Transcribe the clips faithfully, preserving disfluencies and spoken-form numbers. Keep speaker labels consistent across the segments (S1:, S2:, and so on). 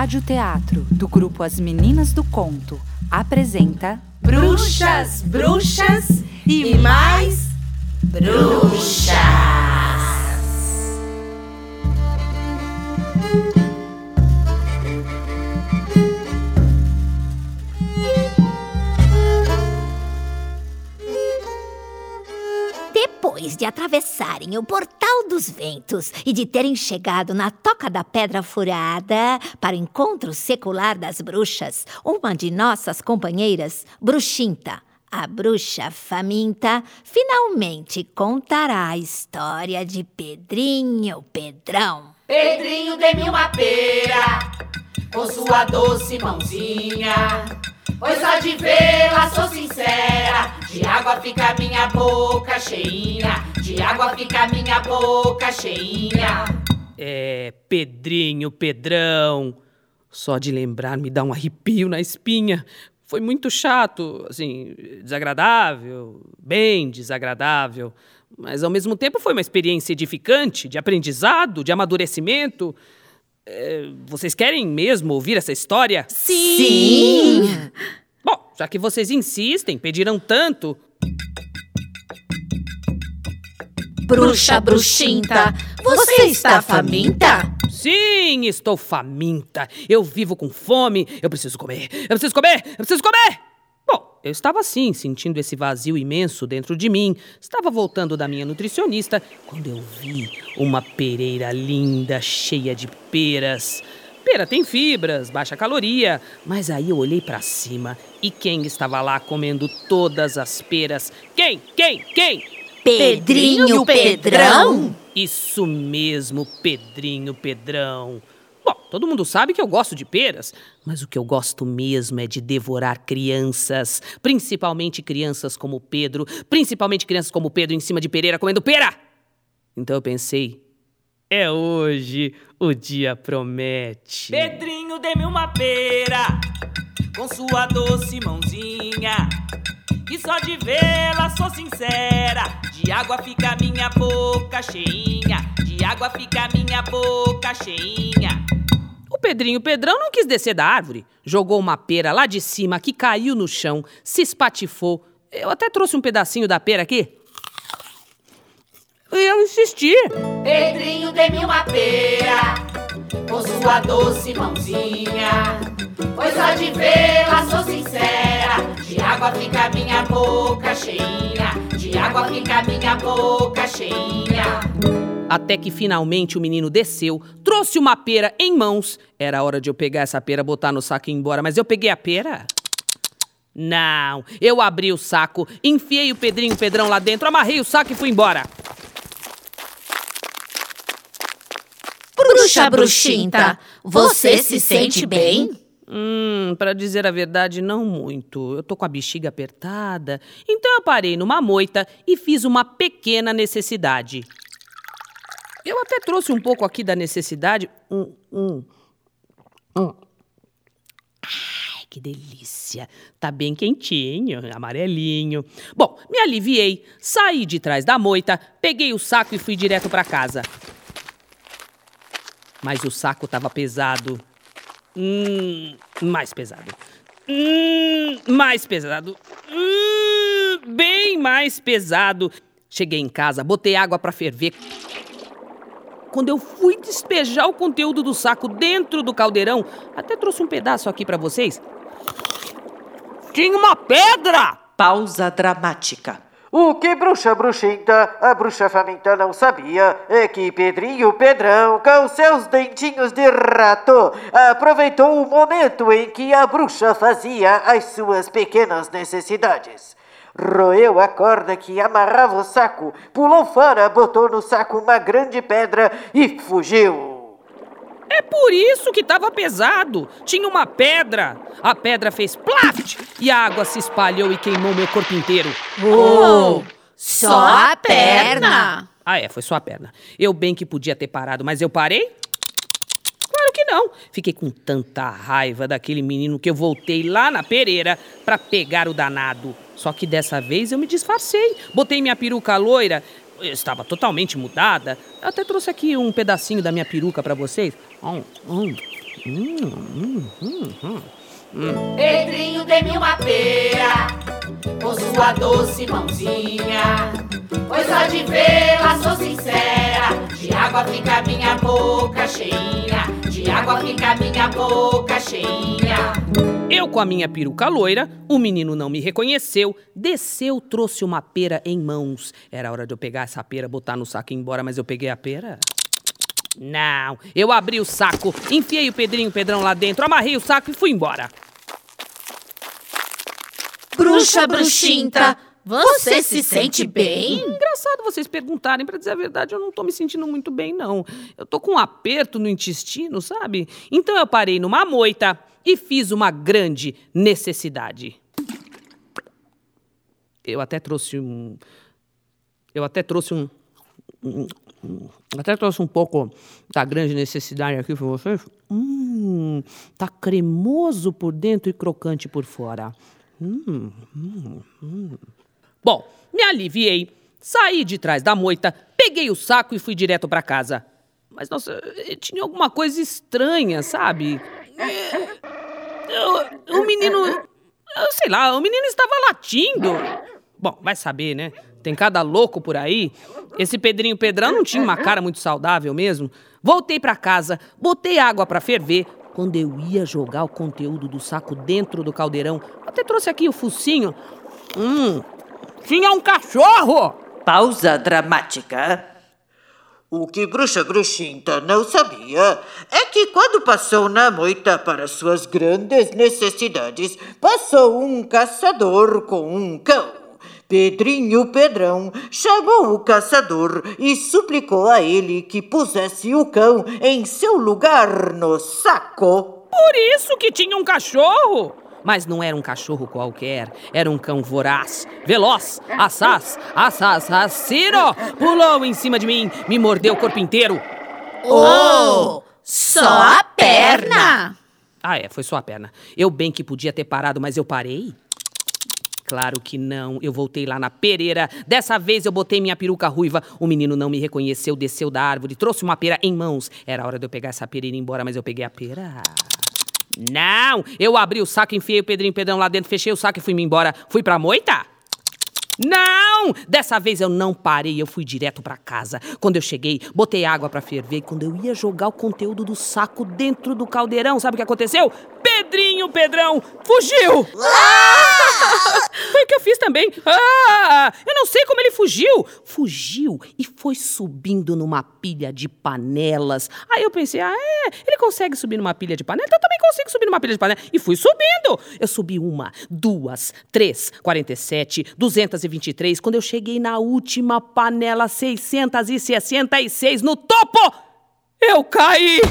S1: Rádio Teatro, do grupo As Meninas do Conto, apresenta
S2: Bruxas, bruxas e mais bruxas.
S3: Depois de atravessarem o Portal dos Ventos e de terem chegado na Toca da Pedra Furada para o encontro secular das bruxas, uma de nossas companheiras, Bruxinta, a bruxa faminta, finalmente contará a história de Pedrinho Pedrão.
S2: Pedrinho, dê-me uma pera com sua doce mãozinha, pois só de vê-la sou sincera, de água fica minha boca cheinha, de água fica minha boca cheinha.
S4: É, Pedrinho, Pedrão, só de lembrar me dá um arrepio na espinha. Foi muito chato, assim, desagradável, bem desagradável, mas ao mesmo tempo foi uma experiência edificante, de aprendizado, de amadurecimento. É, vocês querem mesmo ouvir essa história?
S3: Sim! Sim.
S4: Bom, já que vocês insistem, pediram tanto...
S3: Bruxa Bruxinta, você está faminta?
S4: Sim, estou faminta. Eu vivo com fome. Eu preciso comer. Eu preciso comer. Eu preciso comer. Bom, eu estava assim, sentindo esse vazio imenso dentro de mim. Estava voltando da minha nutricionista quando eu vi uma pereira linda, cheia de peras. Pera tem fibras, baixa caloria. Mas aí eu olhei para cima e quem estava lá comendo todas as peras? Quem? Quem? Quem?
S3: Pedrinho Pedrão?
S4: Isso mesmo, Pedrinho Pedrão. Bom, todo mundo sabe que eu gosto de peras, mas o que eu gosto mesmo é de devorar crianças, principalmente crianças como Pedro, principalmente crianças como Pedro em cima de pereira comendo pera. Então eu pensei, é hoje, o dia promete.
S2: Pedrinho, dê-me uma pera com sua doce mãozinha, que só de vê-la sou sincera, de água fica minha boca cheinha, de água fica minha boca cheinha.
S4: O Pedrinho Pedrão não quis descer da árvore, jogou uma pera lá de cima que caiu no chão, se espatifou. Eu até trouxe um pedacinho da pera aqui. E eu insisti.
S2: Pedrinho, dê-me uma pera com sua doce mãozinha, pois só de vê-la sou sincera, de água fica minha boca cheinha, de água fica minha boca cheinha.
S4: Até que finalmente o menino desceu, trouxe uma pera em mãos. Era hora de eu pegar essa pera, botar no saco e ir embora, mas eu peguei a pera? Não, eu abri o saco, enfiei o Pedrinho Pedrão lá dentro, amarrei o saco e fui embora.
S3: Bruxa Bruxinta, você se sente bem?
S4: Hum, pra dizer a verdade, não muito. Eu tô com a bexiga apertada. Então eu parei numa moita e fiz uma pequena necessidade. Eu até trouxe um pouco aqui da necessidade. Hum, hum, hum. Ai, que delícia. Tá bem quentinho, amarelinho. Bom, me aliviei, saí de trás da moita, peguei o saco e fui direto pra casa. Mas o saco tava pesado. Hum, mais pesado. Hum, mais pesado. Hum, bem mais pesado. Cheguei em casa, botei água pra ferver. Quando eu fui despejar o conteúdo do saco dentro do caldeirão, até trouxe um pedaço aqui pra vocês. Tinha uma pedra!
S5: Pausa dramática.
S6: O que Bruxa Bruxinta, a bruxa faminta, não sabia é que Pedrinho Pedrão, com seus dentinhos de rato, aproveitou o momento em que a bruxa fazia as suas pequenas necessidades. Roeu a corda que amarrava o saco, pulou fora, botou no saco uma grande pedra e fugiu.
S4: É por isso que tava pesado. Tinha uma pedra. A pedra fez plaft e a água se espalhou e queimou meu corpo inteiro.
S3: Oh, só a perna?
S4: Ah, é, foi só a perna. Eu bem que podia ter parado, mas eu parei? Claro que não. Fiquei com tanta raiva daquele menino que eu voltei lá na pereira pra pegar o danado. Só que dessa vez eu me disfarcei. Botei minha peruca loira. Eu estava totalmente mudada. Eu até trouxe aqui um pedacinho da minha peruca pra vocês. Hum, hum. Hum, hum, hum, hum. Hum.
S2: Pedrinho, dê-me uma pera, com sua doce mãozinha. Pois só de vê-la sou sincera, de água fica minha boca cheinha, de água fica minha boca cheinha.
S4: Eu com a minha peruca loira, o menino não me reconheceu, desceu, trouxe uma pera em mãos. Era hora de eu pegar essa pera, botar no saco e ir embora, mas eu peguei a pera? Não, eu abri o saco, enfiei o Pedrinho e o Pedrão lá dentro, amarrei o saco e fui embora.
S3: Bruxa bruxinta, você se sente bem?
S4: Engraçado vocês perguntarem, pra dizer a verdade, eu não tô me sentindo muito bem, não. Eu tô com um aperto no intestino, sabe? Então eu parei numa moita e fiz uma grande necessidade. Eu até trouxe um... Eu até trouxe um... um até trouxe um pouco da grande necessidade aqui pra vocês. Hum, tá cremoso por dentro e crocante por fora. Hum, hum, hum. Bom, me aliviei, saí de trás da moita, peguei o saco e fui direto pra casa. Mas, nossa, tinha alguma coisa estranha, sabe? O menino... Eu sei lá, o menino estava latindo. Bom, vai saber, né? Tem cada louco por aí. Esse Pedrinho Pedrão não tinha uma cara muito saudável mesmo. Voltei pra casa, botei água pra ferver. Quando eu ia jogar o conteúdo do saco dentro do caldeirão, até trouxe aqui o focinho. Hum, tinha um cachorro!
S5: Pausa dramática.
S6: O que Bruxa Bruxinta não sabia é que quando passou na moita para suas grandes necessidades, passou um caçador com um cão. Pedrinho Pedrão chamou o caçador e suplicou a ele que pusesse o cão em seu lugar no saco.
S4: Por isso que tinha um cachorro! Mas não era um cachorro qualquer, era um cão voraz, veloz, assaz, assaz, assassino! Pulou em cima de mim, me mordeu o corpo inteiro.
S3: Oh, só a perna!
S4: Ah, é, foi só a perna. Eu bem que podia ter parado, mas eu parei? Claro que não, eu voltei lá na pereira. Dessa vez eu botei minha peruca ruiva. O menino não me reconheceu, desceu da árvore, trouxe uma pera em mãos. Era hora de eu pegar essa pera e ir embora, mas eu peguei a pera. Não, eu abri o saco, enfiei o Pedrinho Pedrão lá dentro, fechei o saco e fui-me embora. Fui pra moita? Não! Dessa vez eu não parei, eu fui direto pra casa. Quando eu cheguei, botei água pra ferver. E quando eu ia jogar o conteúdo do saco dentro do caldeirão, sabe o que aconteceu? Pedrinho Pedrão fugiu! Ah! Foi o que eu fiz também. Ah! Eu não sei como ele fugiu. Fugiu e foi subindo numa pilha de panelas. Aí eu pensei, ah, é, ele consegue subir numa pilha de panela? Então eu também consigo subir numa pilha de panela. E fui subindo. Eu subi uma, duas, três, quarenta e sete, duzentos e vinte e três. Quando eu cheguei na última panela, seiscentos e sessenta e seis, no topo, eu caí.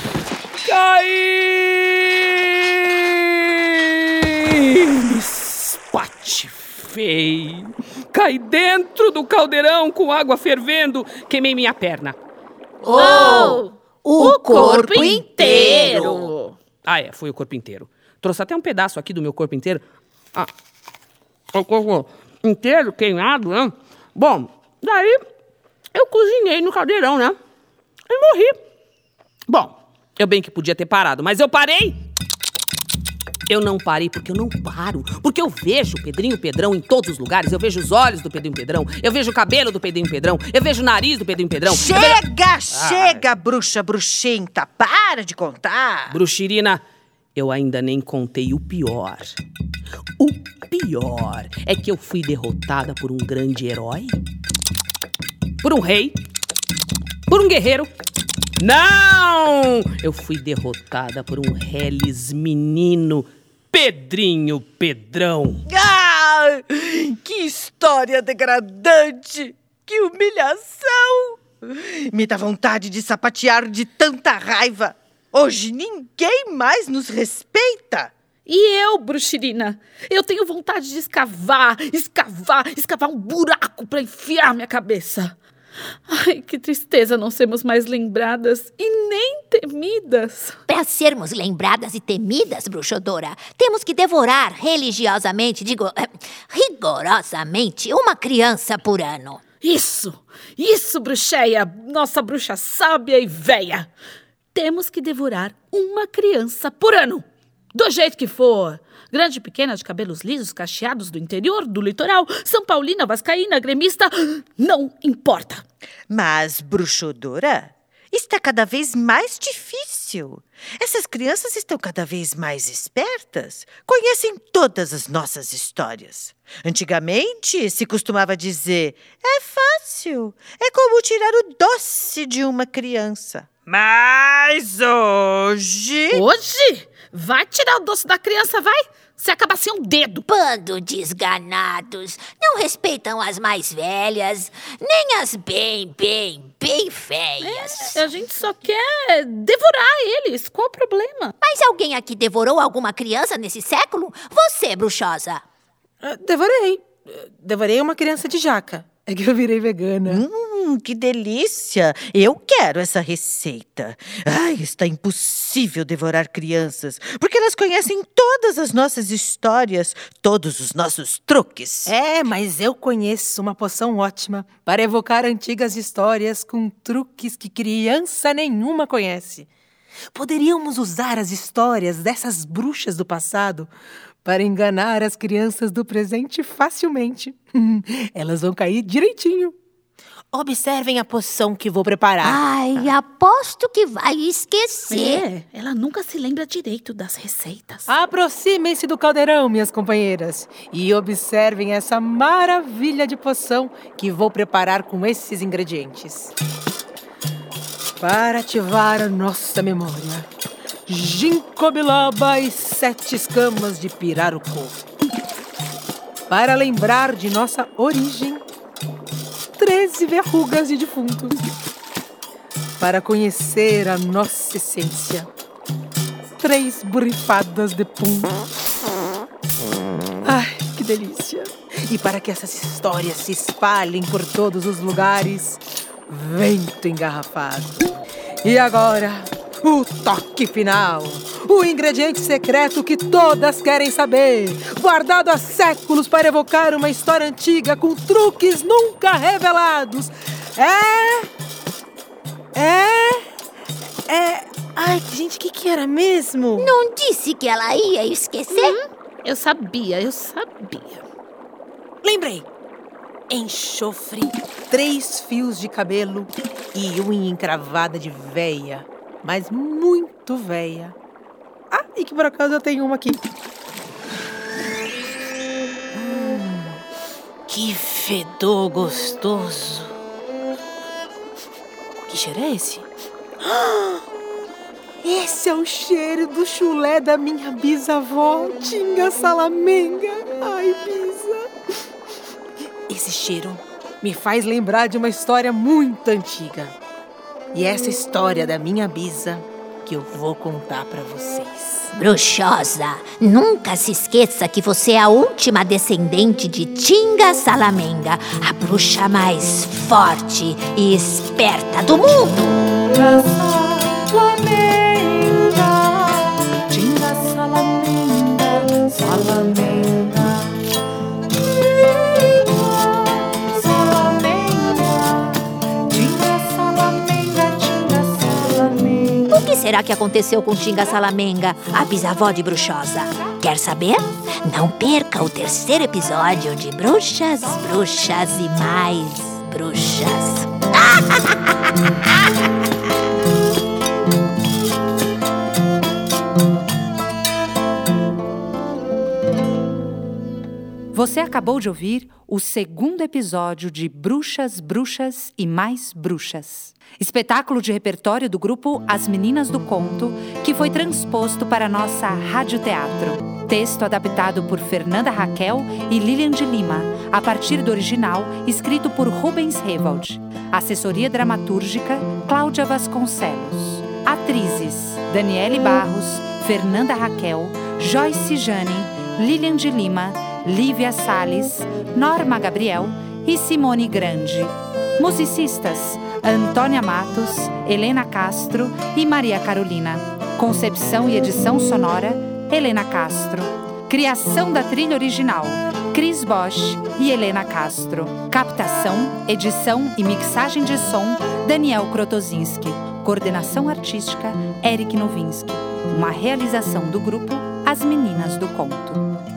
S4: Caí! Me espatifei. Caí dentro do caldeirão com água fervendo. Queimei minha perna.
S3: Oh! O, o corpo, corpo inteiro!
S4: Ah, é, foi o corpo inteiro. Trouxe até um pedaço aqui do meu corpo inteiro. Ah, o corpo inteiro, queimado, né? Bom, daí eu cozinhei no caldeirão, né? E morri. Bom, eu bem que podia ter parado, mas eu parei. Eu não parei porque eu não paro. Porque eu vejo o Pedrinho Pedrão em todos os lugares. Eu vejo os olhos do Pedrinho Pedrão. Eu vejo o cabelo do Pedrinho Pedrão. Eu vejo o nariz do Pedrinho Pedrão.
S5: Chega,
S4: vejo...
S5: chega, ah. bruxa bruxenta. Para de contar.
S4: Bruxirina, eu ainda nem contei o pior. O pior é que eu fui derrotada por um grande herói. Por um rei. Por um guerreiro. Não! Eu fui derrotada por um reles menino, Pedrinho Pedrão.
S5: Ah, que história degradante! Que humilhação! Me dá vontade de sapatear de tanta raiva. Hoje ninguém mais nos respeita.
S7: E eu, Bruxirina? Eu tenho vontade de escavar, escavar, escavar um buraco para enfiar minha cabeça. Ai, que tristeza não sermos mais lembradas e nem temidas.
S3: Para sermos lembradas e temidas, bruxodora, temos que devorar religiosamente, digo, rigorosamente, uma criança por ano.
S7: Isso, isso, bruxeia, nossa bruxa sábia e véia. temos que devorar uma criança por ano. Do jeito que for. Grande, pequena, de cabelos lisos, cacheados, do interior, do litoral, São Paulina, vascaína, gremista, não importa.
S5: Mas, bruxodora, está cada vez mais difícil. Essas crianças estão cada vez mais espertas. Conhecem todas as nossas histórias. Antigamente, se costumava dizer, é fácil. É como tirar o doce de uma criança. Mas hoje...
S7: Hoje? Vai tirar o doce da criança, vai? Você acaba sem um dedo.
S3: Bando de esganados. Não respeitam as mais velhas, nem as bem, bem, bem feias.
S7: É, a gente só quer devorar eles. Qual o problema?
S3: Mas alguém aqui devorou alguma criança nesse século? Você, bruxosa.
S8: Uh, devorei. Uh, devorei uma criança de jaca. É que eu virei vegana.
S5: Hum, que delícia! Eu quero essa receita. Ai, está impossível devorar crianças, porque elas conhecem todas as nossas histórias, todos os nossos truques.
S8: É, mas eu conheço uma poção ótima para evocar antigas histórias com truques que criança nenhuma conhece. Poderíamos usar as histórias dessas bruxas do passado para enganar as crianças do presente facilmente. Elas vão cair direitinho. Observem a poção que vou preparar.
S3: Ai, aposto que vai esquecer.
S7: É, ela nunca se lembra direito das receitas.
S8: Aproximem-se do caldeirão, minhas companheiras, e observem essa maravilha de poção que vou preparar com esses ingredientes. Para ativar a nossa memória, ginkgo biloba e sete escamas de pirarucu. Para lembrar de nossa origem, treze verrugas de defunto. Para conhecer a nossa essência, três borrifadas de pum. Ai, que delícia! E para que essas histórias se espalhem por todos os lugares, vento engarrafado. E agora, o toque final. O ingrediente secreto que todas querem saber. Guardado há séculos para evocar uma história antiga com truques nunca revelados. É... É... É... Ai, gente, o que que era mesmo?
S3: Não disse que ela ia esquecer?
S7: Hum, eu sabia, eu sabia.
S8: Lembrei. Enxofre, três fios de cabelo e unha encravada de veia, mas muito veia. Ah, e que por acaso eu tenho uma aqui. Hum, que fedor gostoso. Que cheiro é esse? Esse é o cheiro do chulé da minha bisavó, Tinga Salamenga. Ai, bisa. Esse cheiro me faz lembrar de uma história muito antiga. E essa história da minha bisa que eu vou contar pra vocês.
S3: Bruxosa, nunca se esqueça que você é a última descendente de Tinga Salamenga, a bruxa mais forte e esperta do mundo.
S2: Tinga Salamenga, Salamenga.
S3: O que será que aconteceu com Tinga Salamenga, a bisavó de Bruxosa? Quer saber? Não perca o terceiro episódio de Bruxas, Bruxas e Mais Bruxas.
S1: Você acabou de ouvir o segundo episódio de Bruxas, Bruxas e Mais Bruxas. Espetáculo de repertório do grupo As Meninas do Conto, que foi transposto para nossa radioteatro. Texto adaptado por Fernanda Raquel e Lilian de Lima, a partir do original escrito por Rubens Revald. Assessoria dramatúrgica, Cláudia Vasconcelos. Atrizes, Daniele Barros, Fernanda Raquel, Joyce Jane, Lilian de Lima, Lívia Salles, Norma Gabriel e Simone Grande. Musicistas, Antônia Matos, Helena Castro e Maria Carolina. Concepção e edição sonora, Helena Castro. Criação da trilha original, Cris Bosch e Helena Castro. Captação, edição e mixagem de som, Daniel Krotozinski. Coordenação artística, Eric Nowinski. Uma realização do grupo As Meninas do Conto.